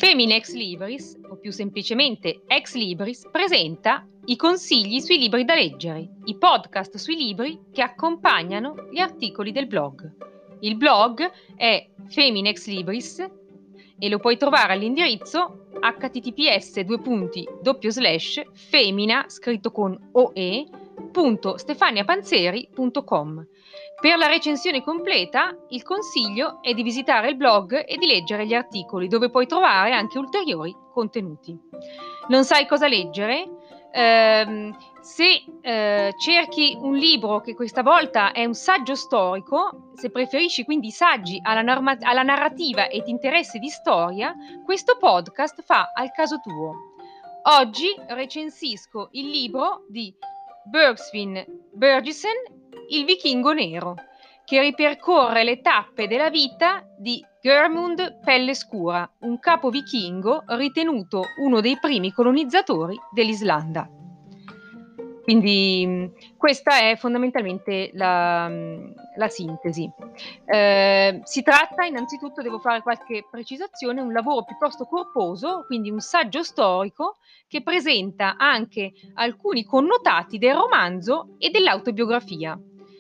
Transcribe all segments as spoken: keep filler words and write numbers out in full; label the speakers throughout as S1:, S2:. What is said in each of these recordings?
S1: Femina Ex Libris, o più semplicemente Ex Libris, presenta i consigli sui libri da leggere, i podcast sui libri che accompagnano gli articoli del blog. Il blog è Femina Ex Libris e lo puoi trovare all'indirizzo h t t p s due punti doppio slash femina scritto con oe punto stefaniapanzeri punto com. Per la recensione completa il consiglio è di visitare il blog e di leggere gli articoli, dove puoi trovare anche ulteriori contenuti. Non sai cosa leggere? Ehm, se eh, cerchi un libro che questa volta è un saggio storico, se preferisci quindi i saggi alla, norma- alla narrativa e ti interessi di storia, questo podcast fa al caso tuo. Oggi recensisco il libro di Bergsvin Bergesen, Il vichingo nero, che ripercorre le tappe della vita di Gjermund Pelle Scura, un capo vichingo ritenuto uno dei primi colonizzatori dell'Islanda. Quindi questa è fondamentalmente la, la sintesi. Eh, si tratta, innanzitutto devo fare qualche precisazione, un lavoro piuttosto corposo, quindi un saggio storico che presenta anche alcuni connotati del romanzo e dell'autobiografia.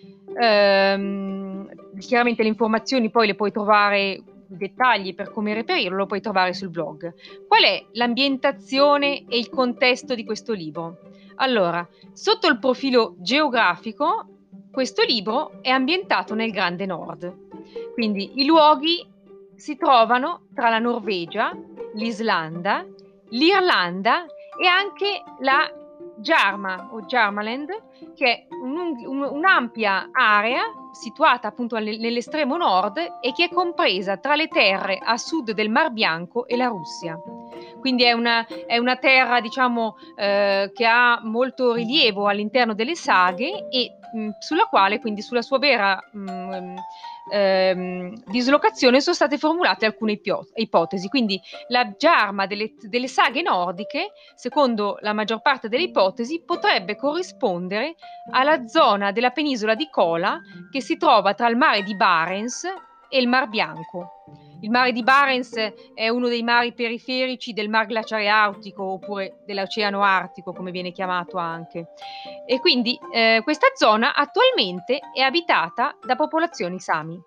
S1: Eh, chiaramente le informazioni poi le puoi trovare, i dettagli per come reperirlo lo puoi trovare sul blog. Qual è l'ambientazione e il contesto di questo libro? Allora, sotto il profilo geografico, questo libro è ambientato nel Grande Nord. Quindi i luoghi si trovano tra la Norvegia, l'Islanda, l'Irlanda e anche la Jarma o Jarmaland, che è un, un, un'ampia area situata appunto nell'estremo nord e che è compresa tra le terre a sud del Mar Bianco e la Russia. Quindi è una, è una terra, diciamo, eh, che ha molto rilievo all'interno delle saghe e mh, sulla quale, quindi sulla sua vera mh, ehm, dislocazione, sono state formulate alcune ipio- ipotesi. Quindi la Jarma delle, delle saghe nordiche, secondo la maggior parte delle ipotesi, potrebbe corrispondere alla zona della penisola di Kola che si trova tra il mare di Barents e il Mar Bianco. Il mare di Barents è uno dei mari periferici del Mar Glaciare Artico oppure dell'Oceano Artico, come viene chiamato anche. E quindi eh, questa zona attualmente è abitata da popolazioni Sami.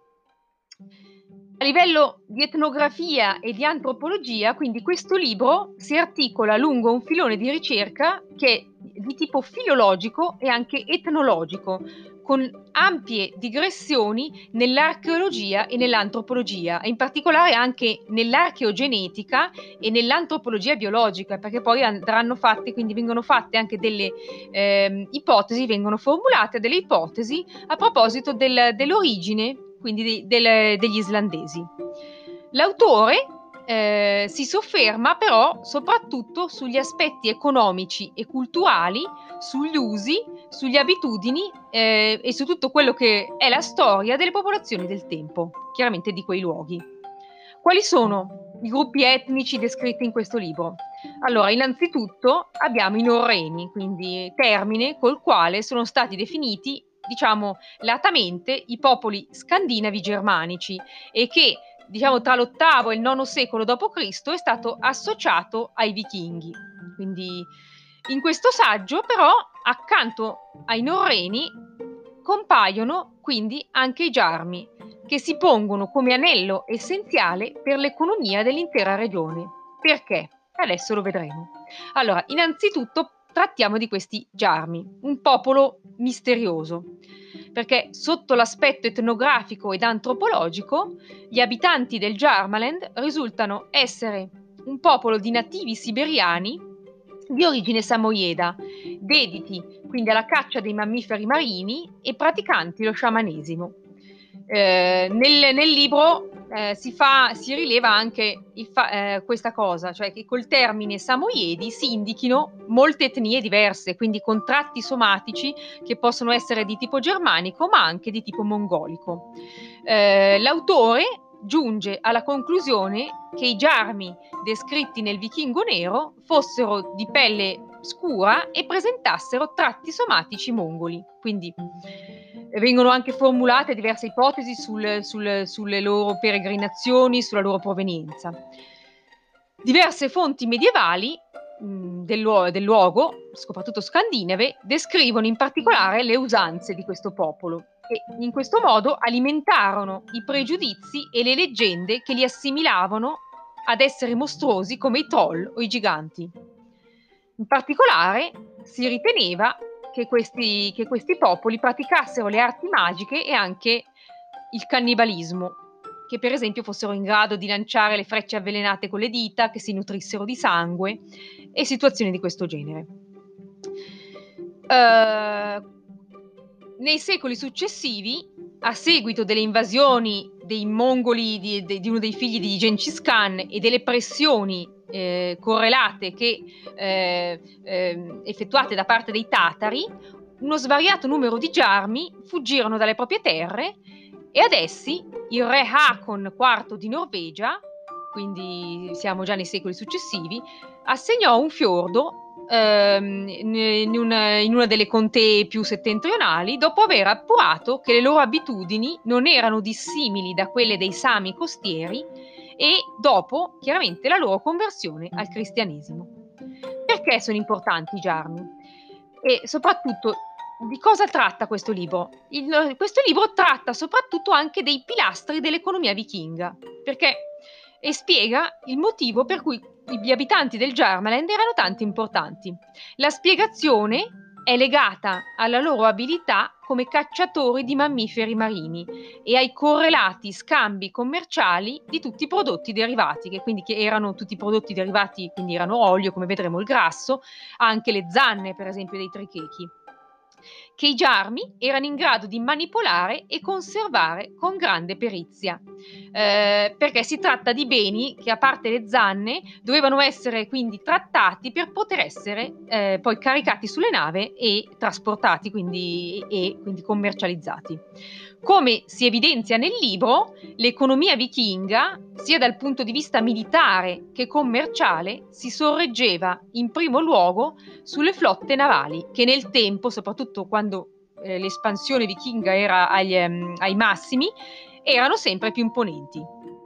S1: A livello di etnografia e di antropologia, quindi questo libro si articola lungo un filone di ricerca che è di tipo filologico e anche etnologico, con ampie digressioni nell'archeologia e nell'antropologia, e in particolare anche nell'archeogenetica e nell'antropologia biologica, perché poi andranno fatte, quindi vengono fatte anche delle eh, ipotesi, vengono formulate delle ipotesi a proposito del, dell'origine, quindi de, del, degli islandesi. L'autore eh, si sofferma però soprattutto sugli aspetti economici e culturali, sugli usi, sugli abitudini eh, e su tutto quello che è la storia delle popolazioni del tempo, chiaramente di quei luoghi. Quali sono i gruppi etnici descritti in questo libro? Allora, innanzitutto abbiamo i norreni, quindi termine col quale sono stati definiti, diciamo, latamente i popoli scandinavi germanici e che, diciamo, tra l'ottavo e il nono secolo dopo Cristo è stato associato ai vichinghi. Quindi in questo saggio, però, accanto ai norreni compaiono quindi anche i Giarmi, che si pongono come anello essenziale per l'economia dell'intera regione. Perché? Adesso lo vedremo. Allora, innanzitutto trattiamo di questi Giarmi, un popolo misterioso, perché sotto l'aspetto etnografico ed antropologico, gli abitanti del Jarmaland risultano essere un popolo di nativi siberiani di origine samoieda, dediti quindi alla caccia dei mammiferi marini e praticanti lo sciamanesimo. Eh, nel, nel libro eh, si, fa, si rileva anche il fa, eh, questa cosa, cioè che col termine samoiedi si indichino molte etnie diverse, quindi con tratti somatici che possono essere di tipo germanico ma anche di tipo mongolico. Eh, l'autore giunge alla conclusione che i Giarmi descritti nel vichingo nero fossero di pelle scura e presentassero tratti somatici mongoli. Quindi vengono anche formulate diverse ipotesi sul, sul, sulle loro peregrinazioni, sulla loro provenienza. Diverse fonti medievali mh, del, luo- del luogo, soprattutto scandinave, descrivono in particolare le usanze di questo popolo e in questo modo alimentarono i pregiudizi e le leggende che li assimilavano ad esseri mostruosi come i troll o i giganti. In particolare si riteneva che questi, che questi popoli praticassero le arti magiche e anche il cannibalismo, che per esempio fossero in grado di lanciare le frecce avvelenate con le dita, che si nutrissero di sangue e situazioni di questo genere. Uh, nei secoli successivi, a seguito delle invasioni dei mongoli di, di, di uno dei figli di Gengis Khan e delle pressioni eh, correlate che eh, eh, effettuate da parte dei tatari, uno svariato numero di giarmi fuggirono dalle proprie terre e ad essi il re Hakon quarto di Norvegia, quindi siamo già nei secoli successivi, assegnò un fiordo ehm, in, una, in una delle contee più settentrionali, dopo aver appurato che le loro abitudini non erano dissimili da quelle dei Sami costieri e dopo chiaramente la loro conversione al cristianesimo. Perché sono importanti i giarmi? E soprattutto di cosa tratta questo libro? Il, questo libro tratta soprattutto anche dei pilastri dell'economia vichinga, perché e spiega il motivo per cui gli abitanti del Jarmaland erano tanto importanti. La spiegazione è legata alla loro abilità come cacciatori di mammiferi marini e ai correlati scambi commerciali di tutti i prodotti derivati, che quindi che erano tutti i prodotti derivati, quindi erano olio, come vedremo il grasso, anche le zanne per esempio dei trichechi, che i giarmi erano in grado di manipolare e conservare con grande perizia, eh, perché si tratta di beni che, a parte le zanne, dovevano essere quindi trattati per poter essere eh, poi caricati sulle navi e trasportati, quindi, e quindi commercializzati. Come si evidenzia nel libro, l'economia vichinga, sia dal punto di vista militare che commerciale, si sorreggeva in primo luogo sulle flotte navali, che nel tempo, soprattutto quando eh, l'espansione vichinga era agli, um, ai massimi, erano sempre più imponenti.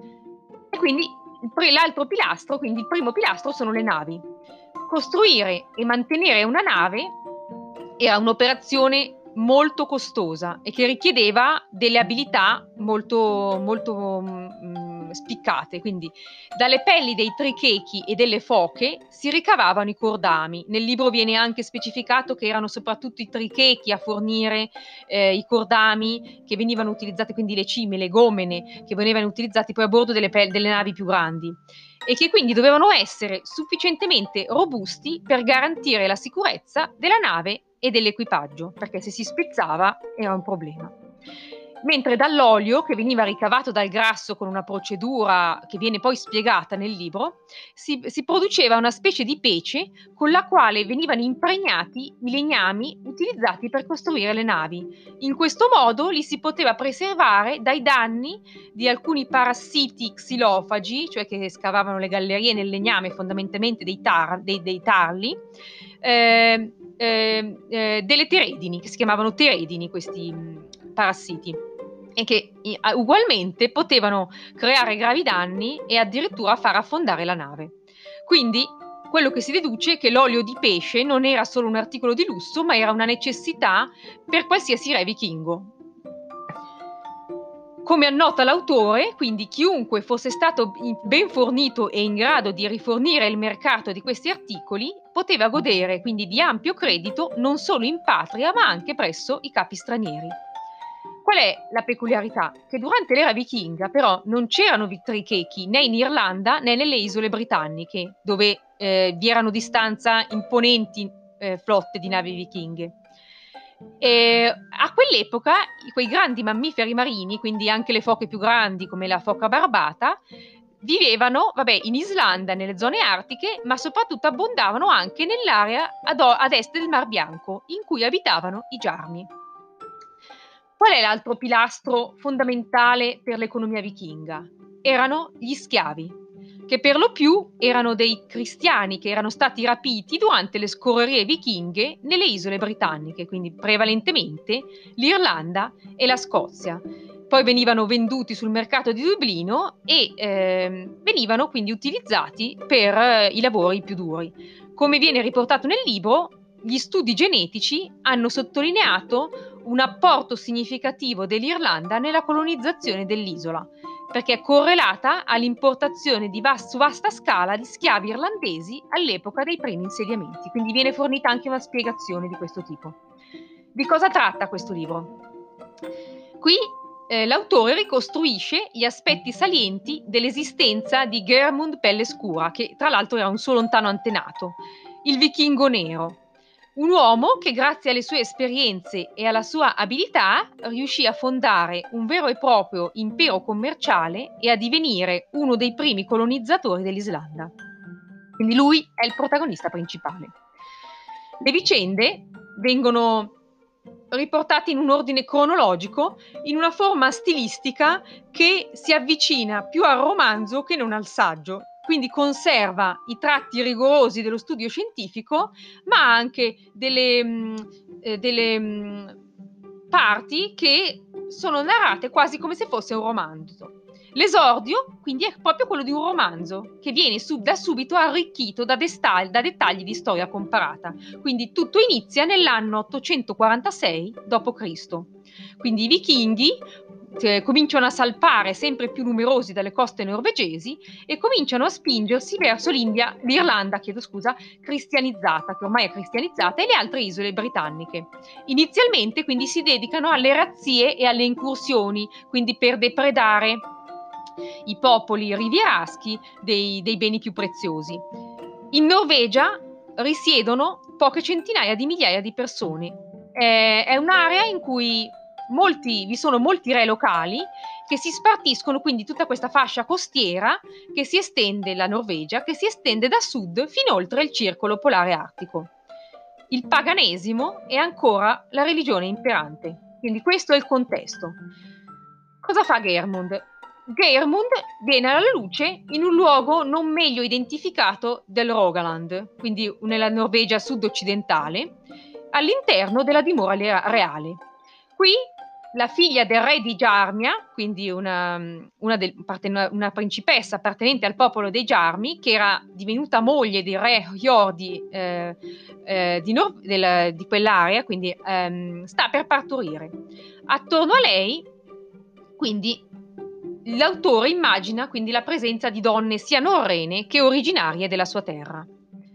S1: E quindi l'altro pilastro, quindi il primo pilastro, sono le navi. Costruire e mantenere una nave era un'operazione molto costosa e che richiedeva delle abilità molto, molto mh, spiccate. Quindi dalle pelli dei trichechi e delle foche si ricavavano i cordami. Nel libro viene anche specificato che erano soprattutto i trichechi a fornire eh, i cordami che venivano utilizzati, quindi le cime, le gomene che venivano utilizzati poi a bordo delle, pe- delle navi più grandi, e che quindi dovevano essere sufficientemente robusti per garantire la sicurezza della nave e dell'equipaggio, perché se si spezzava era un problema. Mentre dall'olio, che veniva ricavato dal grasso con una procedura che viene poi spiegata nel libro, si, si produceva una specie di pece con la quale venivano impregnati i legnami utilizzati per costruire le navi. In questo modo li si poteva preservare dai danni di alcuni parassiti xilofagi, cioè che scavavano le gallerie nel legname, fondamentalmente dei, tar, dei, dei tarli, eh, eh, eh, delle teredini, che si chiamavano teredini questi mh, parassiti, e che i, ugualmente potevano creare gravi danni e addirittura far affondare la nave. Quindi quello che si deduce è che l'olio di pesce non era solo un articolo di lusso, ma era una necessità per qualsiasi re vichingo. Come annota l'autore, quindi chiunque fosse stato ben fornito e in grado di rifornire il mercato di questi articoli poteva godere quindi di ampio credito non solo in patria ma anche presso i capi stranieri. Qual è la peculiarità? Che durante l'era vichinga però non c'erano trichechi né in Irlanda né nelle isole britanniche, dove eh, vi erano distanza imponenti eh, flotte di navi vichinghe. E a quell'epoca quei grandi mammiferi marini, quindi anche le foche più grandi come la foca barbata, vivevano, vabbè, in Islanda, nelle zone artiche, ma soprattutto abbondavano anche nell'area ad, ad est del Mar Bianco, in cui abitavano i giarmi. Qual è l'altro pilastro fondamentale per l'economia vichinga? Erano gli schiavi, che per lo più erano dei cristiani che erano stati rapiti durante le scorrerie vichinghe nelle isole britanniche, quindi prevalentemente l'Irlanda e la Scozia. poi venivano venduti sul mercato di Dublino e eh, venivano quindi utilizzati per eh, i lavori più duri. Come viene riportato nel libro, gli studi genetici hanno sottolineato un apporto significativo dell'Irlanda nella colonizzazione dell'isola, perché è correlata all'importazione di vas- su vasta scala di schiavi irlandesi all'epoca dei primi insediamenti. Quindi viene fornita anche una spiegazione di questo tipo. Di cosa tratta questo libro? Qui eh, l'autore ricostruisce gli aspetti salienti dell'esistenza di Geirmund Pelle Scura, che tra l'altro era un suo lontano antenato, il vichingo nero. Un uomo che grazie alle sue esperienze e alla sua abilità riuscì a fondare un vero e proprio impero commerciale e a divenire uno dei primi colonizzatori dell'Islanda. Quindi lui è il protagonista principale. Le vicende vengono riportate in un ordine cronologico, in una forma stilistica che si avvicina più al romanzo che non al saggio. Quindi conserva i tratti rigorosi dello studio scientifico, ma anche delle, mh, eh, delle mh, parti che sono narrate quasi come se fosse un romanzo. L'esordio, quindi, è proprio quello di un romanzo, che viene sub- da subito arricchito da, desta- da dettagli di storia comparata. Quindi tutto inizia nell'anno ottocentoquarantasei dopo Cristo. Quindi i vichinghi eh, cominciano a salpare sempre più numerosi dalle coste norvegesi e cominciano a spingersi verso l'India, l'Irlanda, chiedo scusa, cristianizzata, che ormai è cristianizzata, e le altre isole britanniche. Inizialmente quindi si dedicano alle razzie e alle incursioni, quindi per depredare i popoli rivieraschi dei, dei beni più preziosi. In Norvegia risiedono poche centinaia di migliaia di persone. Eh, è un'area in cui molti, vi sono molti re locali che si spartiscono quindi tutta questa fascia costiera che si estende, la Norvegia, che si estende da sud fino oltre il circolo polare artico. Il paganesimo è ancora la religione imperante, quindi questo è il contesto. Cosa fa Geirmund? Geirmund viene alla luce in un luogo non meglio identificato del Rogaland, quindi nella Norvegia sud-occidentale, all'interno della dimora reale. Qui la figlia del re di Giarmia, quindi una, una, del, una principessa appartenente al popolo dei Giarmi, che era divenuta moglie del re Hjordi eh, eh, di, Nor- del, di quell'area, quindi ehm, sta per partorire. Attorno a lei, quindi, l'autore immagina quindi la presenza di donne sia norrene che originarie della sua terra.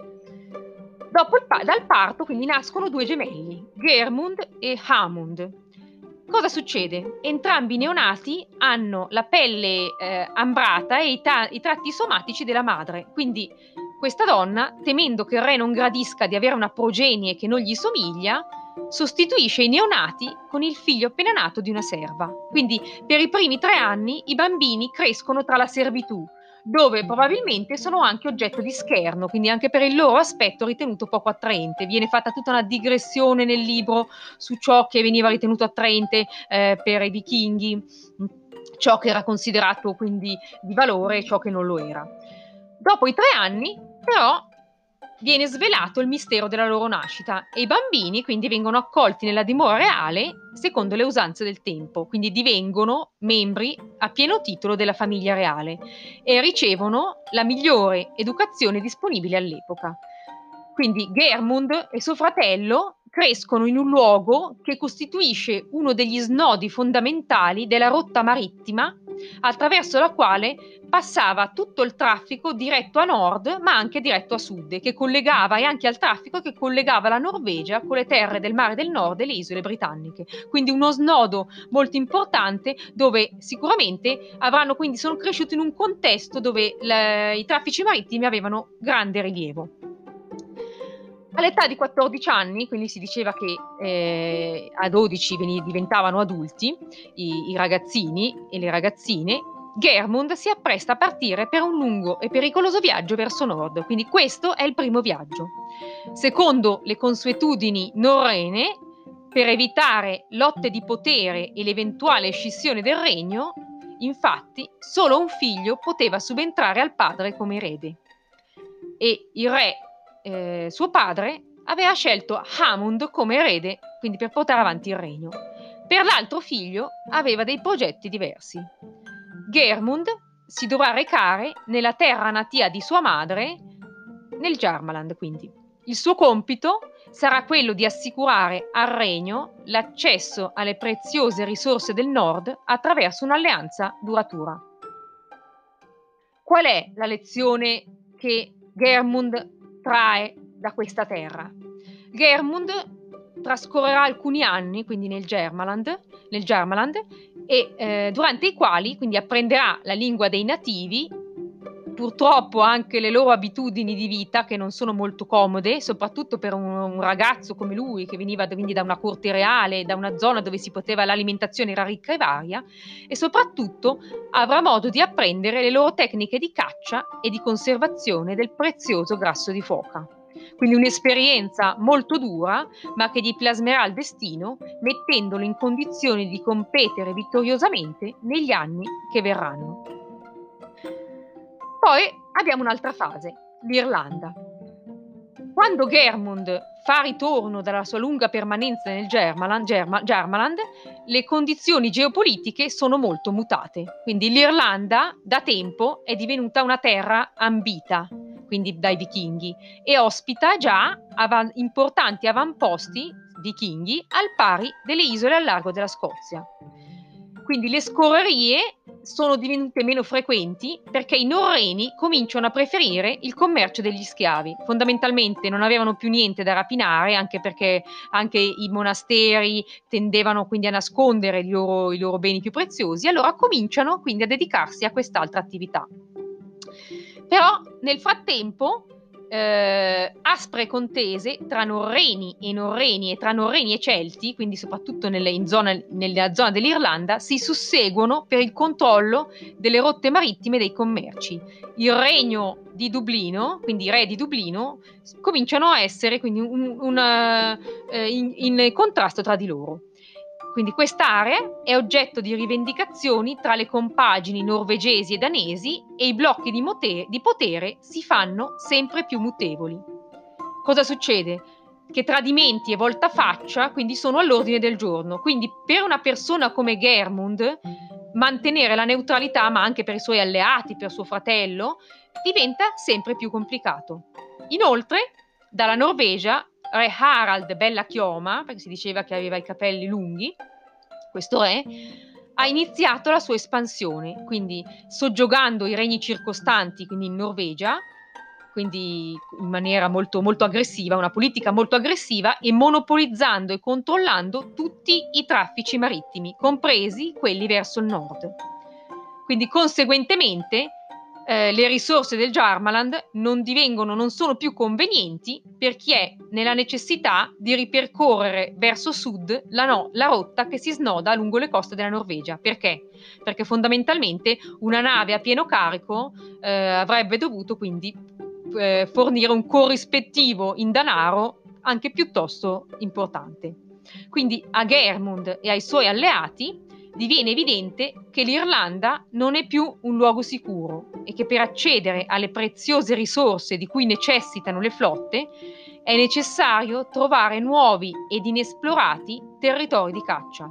S1: Dopo il pa- dal parto quindi nascono due gemelli, Geirmund e Hamund. Cosa succede? Entrambi i neonati hanno la pelle eh, ambrata e i, ta- i tratti somatici della madre, quindi questa donna, temendo che il re non gradisca di avere una progenie che non gli somiglia, sostituisce i neonati con il figlio appena nato di una serva. Quindi per i primi tre anni i bambini crescono tra la servitù, dove probabilmente sono anche oggetto di scherno, quindi anche per il loro aspetto ritenuto poco attraente. Viene fatta tutta una digressione nel libro su ciò che veniva ritenuto attraente eh, per i vichinghi, ciò che era considerato quindi di valore e ciò che non lo era. Dopo i tre anni, però, viene svelato il mistero della loro nascita e i bambini quindi vengono accolti nella dimora reale secondo le usanze del tempo, quindi divengono membri a pieno titolo della famiglia reale e ricevono la migliore educazione disponibile all'epoca. Quindi Geirmund e suo fratello crescono in un luogo che costituisce uno degli snodi fondamentali della rotta marittima attraverso la quale passava tutto il traffico diretto a nord ma anche diretto a sud, che collegava e anche al traffico che collegava la Norvegia con le terre del mare del nord e le isole britanniche. Quindi uno snodo molto importante dove sicuramente avranno quindi sono cresciuti in un contesto dove le, i traffici marittimi avevano grande rilievo. All'età di quattordici anni, quindi si diceva che eh, a dodici veni- diventavano adulti i, i ragazzini e le ragazzine, Geirmund si appresta a partire per un lungo e pericoloso viaggio verso nord, quindi questo è il primo viaggio. Secondo le consuetudini norrene, per evitare lotte di potere e l'eventuale scissione del regno, infatti solo un figlio poteva subentrare al padre come erede. E il re, eh, suo padre, aveva scelto Hamund come erede, quindi per portare avanti il regno. Per l'altro figlio aveva dei progetti diversi. Geirmund si dovrà recare nella terra natia di sua madre, nel Jarmaland quindi. Il suo compito sarà quello di assicurare al regno l'accesso alle preziose risorse del nord attraverso un'alleanza duratura. Qual è la lezione che Geirmund trae da questa terra? Geirmund trascorrerà alcuni anni, quindi nel Jarmaland, nel Jarmaland e eh, durante i quali quindi apprenderà la lingua dei nativi, purtroppo anche le loro abitudini di vita che non sono molto comode, soprattutto per un, un ragazzo come lui che veniva quindi da una corte reale, da una zona dove si poteva, l'alimentazione era ricca e varia, e soprattutto avrà modo di apprendere le loro tecniche di caccia e di conservazione del prezioso grasso di foca. Quindi un'esperienza molto dura, ma che gli plasmerà il destino, mettendolo in condizioni di competere vittoriosamente negli anni che verranno. Poi abbiamo un'altra fase, l'Irlanda. Quando Geirmund fa ritorno dalla sua lunga permanenza nel Jarmaland, Germa, Jarmaland, le condizioni geopolitiche sono molto mutate. Quindi l'Irlanda da tempo è divenuta una terra ambita, quindi dai vichinghi, e ospita già av- importanti avamposti vichinghi al pari delle isole al largo della Scozia. Quindi le scorrerie sono divenute meno frequenti perché i norreni cominciano a preferire il commercio degli schiavi. Fondamentalmente non avevano più niente da rapinare, anche perché anche i monasteri tendevano quindi a nascondere i loro, i loro beni più preziosi, allora cominciano quindi a dedicarsi a quest'altra attività. Però nel frattempo eh, aspre contese tra norreni e norreni e tra norreni e celti, quindi soprattutto nelle, in zona, nella zona dell'Irlanda, si susseguono per il controllo delle rotte marittime dei commerci. Il regno di Dublino, quindi i re di Dublino, cominciano a essere quindi un, una, eh, in, in contrasto tra di loro. Quindi quest'area è oggetto di rivendicazioni tra le compagini norvegesi e danesi e i blocchi di, mote- di potere si fanno sempre più mutevoli. Cosa succede? Che tradimenti e voltafaccia quindi sono all'ordine del giorno. Quindi per una persona come Geirmund mantenere la neutralità, ma anche per i suoi alleati, per suo fratello, diventa sempre più complicato. Inoltre, dalla Norvegia, re Harald Bella Chioma, perché si diceva che aveva i capelli lunghi, questo re, ha iniziato la sua espansione, quindi soggiogando i regni circostanti, quindi in Norvegia, quindi in maniera molto, molto aggressiva, una politica molto aggressiva, e monopolizzando e controllando tutti i traffici marittimi, compresi quelli verso il nord. Quindi conseguentemente eh, le risorse del Jarmaland non divengono, non sono più convenienti per chi è nella necessità di ripercorrere verso sud la, no, la rotta che si snoda lungo le coste della Norvegia. Perché? Perché fondamentalmente una nave a pieno carico eh, avrebbe dovuto quindi eh, fornire un corrispettivo in denaro anche piuttosto importante. Quindi a Geirmund e ai suoi alleati diviene evidente che l'Irlanda non è più un luogo sicuro e che per accedere alle preziose risorse di cui necessitano le flotte è necessario trovare nuovi ed inesplorati territori di caccia.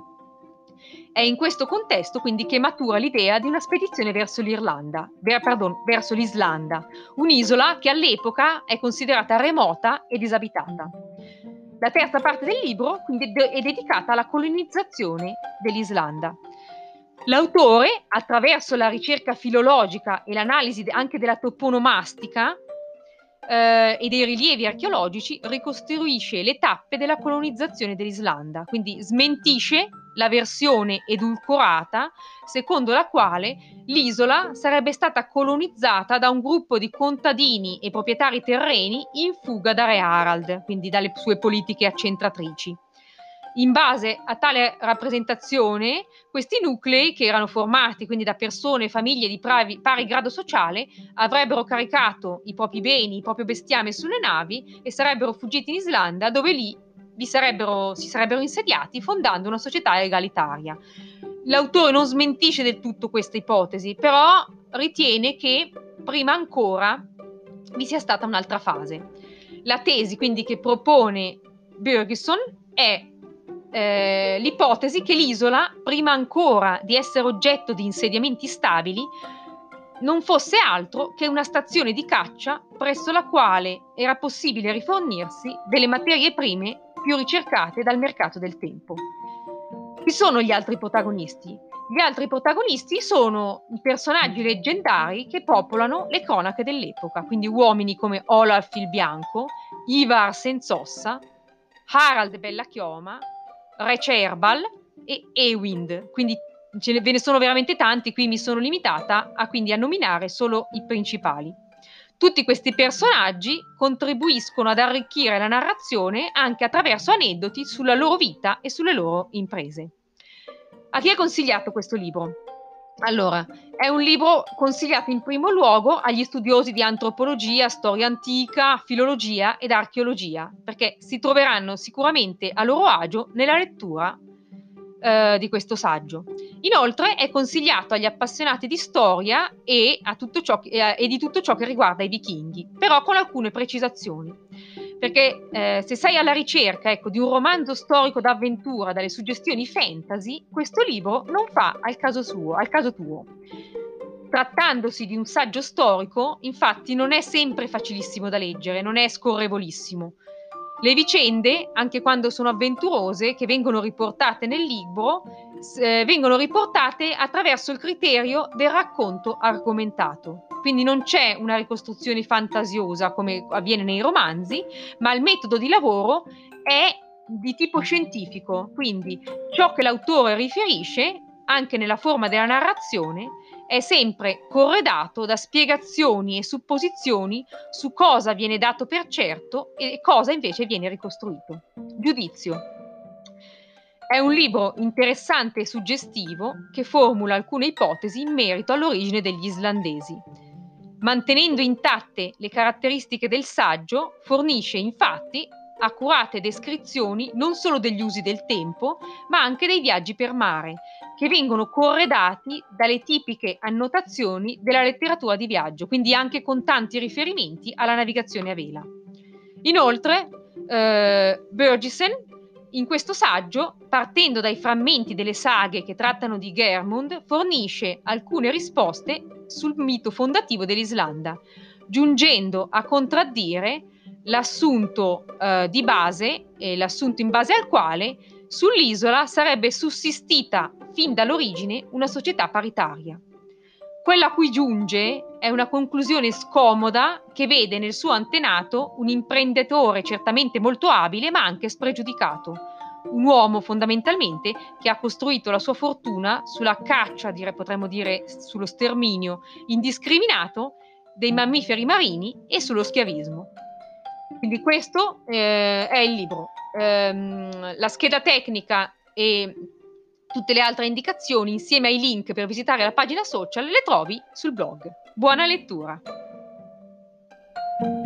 S1: È in questo contesto quindi che matura l'idea di una spedizione verso l'Irlanda, ver, pardon, verso l'Islanda, un'isola che all'epoca è considerata remota e disabitata. La terza parte del libro quindi è dedicata alla colonizzazione dell'Islanda. L'autore, attraverso la ricerca filologica e l'analisi anche della toponomastica eh, e dei rilievi archeologici, ricostruisce le tappe della colonizzazione dell'Islanda, quindi smentisce la versione edulcorata secondo la quale l'isola sarebbe stata colonizzata da un gruppo di contadini e proprietari terreni in fuga da Re Harald, quindi dalle sue politiche accentratrici. In base a tale rappresentazione, questi nuclei, che erano formati quindi da persone e famiglie di pari, pari grado sociale, avrebbero caricato i propri beni, il proprio bestiame sulle navi e sarebbero fuggiti in Islanda, dove lì vi sarebbero, si sarebbero insediati fondando una società egalitaria. L'autore non smentisce del tutto questa ipotesi, però ritiene che prima ancora vi sia stata un'altra fase. La tesi quindi che propone Bergson è eh, l'ipotesi che l'isola, prima ancora di essere oggetto di insediamenti stabili, non fosse altro che una stazione di caccia presso la quale era possibile rifornirsi delle materie prime più ricercate dal mercato del tempo. Chi sono gli altri protagonisti? Gli altri protagonisti sono i personaggi leggendari che popolano le cronache dell'epoca, quindi uomini come Olaf il Bianco, Ivar Senzossa, Harald Bellachioma, Re Cerbal e Ewind. Quindi ce ne, ve ne sono veramente tanti, qui mi sono limitata a, quindi, a nominare solo i principali. Tutti questi personaggi contribuiscono ad arricchire la narrazione anche attraverso aneddoti sulla loro vita e sulle loro imprese. A chi è consigliato questo libro? Allora, è un libro consigliato in primo luogo agli studiosi di antropologia, storia antica, filologia ed archeologia, perché si troveranno sicuramente a loro agio nella lettura eh, di questo saggio. Inoltre è consigliato agli appassionati di storia e, a tutto ciò che, eh, e di tutto ciò che riguarda i vichinghi, però con alcune precisazioni. Perché eh, se sei alla ricerca, ecco, di un romanzo storico d'avventura dalle suggestioni fantasy, questo libro non fa al caso suo, al caso tuo. Trattandosi di un saggio storico, infatti, non è sempre facilissimo da leggere, non è scorrevolissimo. Le vicende, anche quando sono avventurose, che vengono riportate nel libro, eh, vengono riportate attraverso il criterio del racconto argomentato. Quindi non c'è una ricostruzione fantasiosa come avviene nei romanzi, ma il metodo di lavoro è di tipo scientifico, quindi ciò che l'autore riferisce, anche nella forma della narrazione, è sempre corredato da spiegazioni e supposizioni su cosa viene dato per certo e cosa invece viene ricostruito. Giudizio. È un libro interessante e suggestivo che formula alcune ipotesi in merito all'origine degli islandesi. Mantenendo intatte le caratteristiche del saggio, fornisce infatti accurate descrizioni non solo degli usi del tempo, ma anche dei viaggi per mare, che vengono corredati dalle tipiche annotazioni della letteratura di viaggio, quindi anche con tanti riferimenti alla navigazione a vela. Inoltre, eh, Burgesen, in questo saggio, partendo dai frammenti delle saghe che trattano di Geirmund, fornisce alcune risposte sul mito fondativo dell'Islanda, giungendo a contraddire l'assunto eh, di base e l'assunto in base al quale sull'isola sarebbe sussistita fin dall'origine una società paritaria. Quella a cui giunge è una conclusione scomoda che vede nel suo antenato un imprenditore certamente molto abile ma anche spregiudicato, un uomo fondamentalmente che ha costruito la sua fortuna sulla caccia, dire, potremmo dire sullo sterminio indiscriminato dei mammiferi marini e sullo schiavismo. Quindi questo eh, è il libro. Ehm, la scheda tecnica e tutte le altre indicazioni insieme ai link per visitare la pagina social le trovi sul blog. Buona lettura!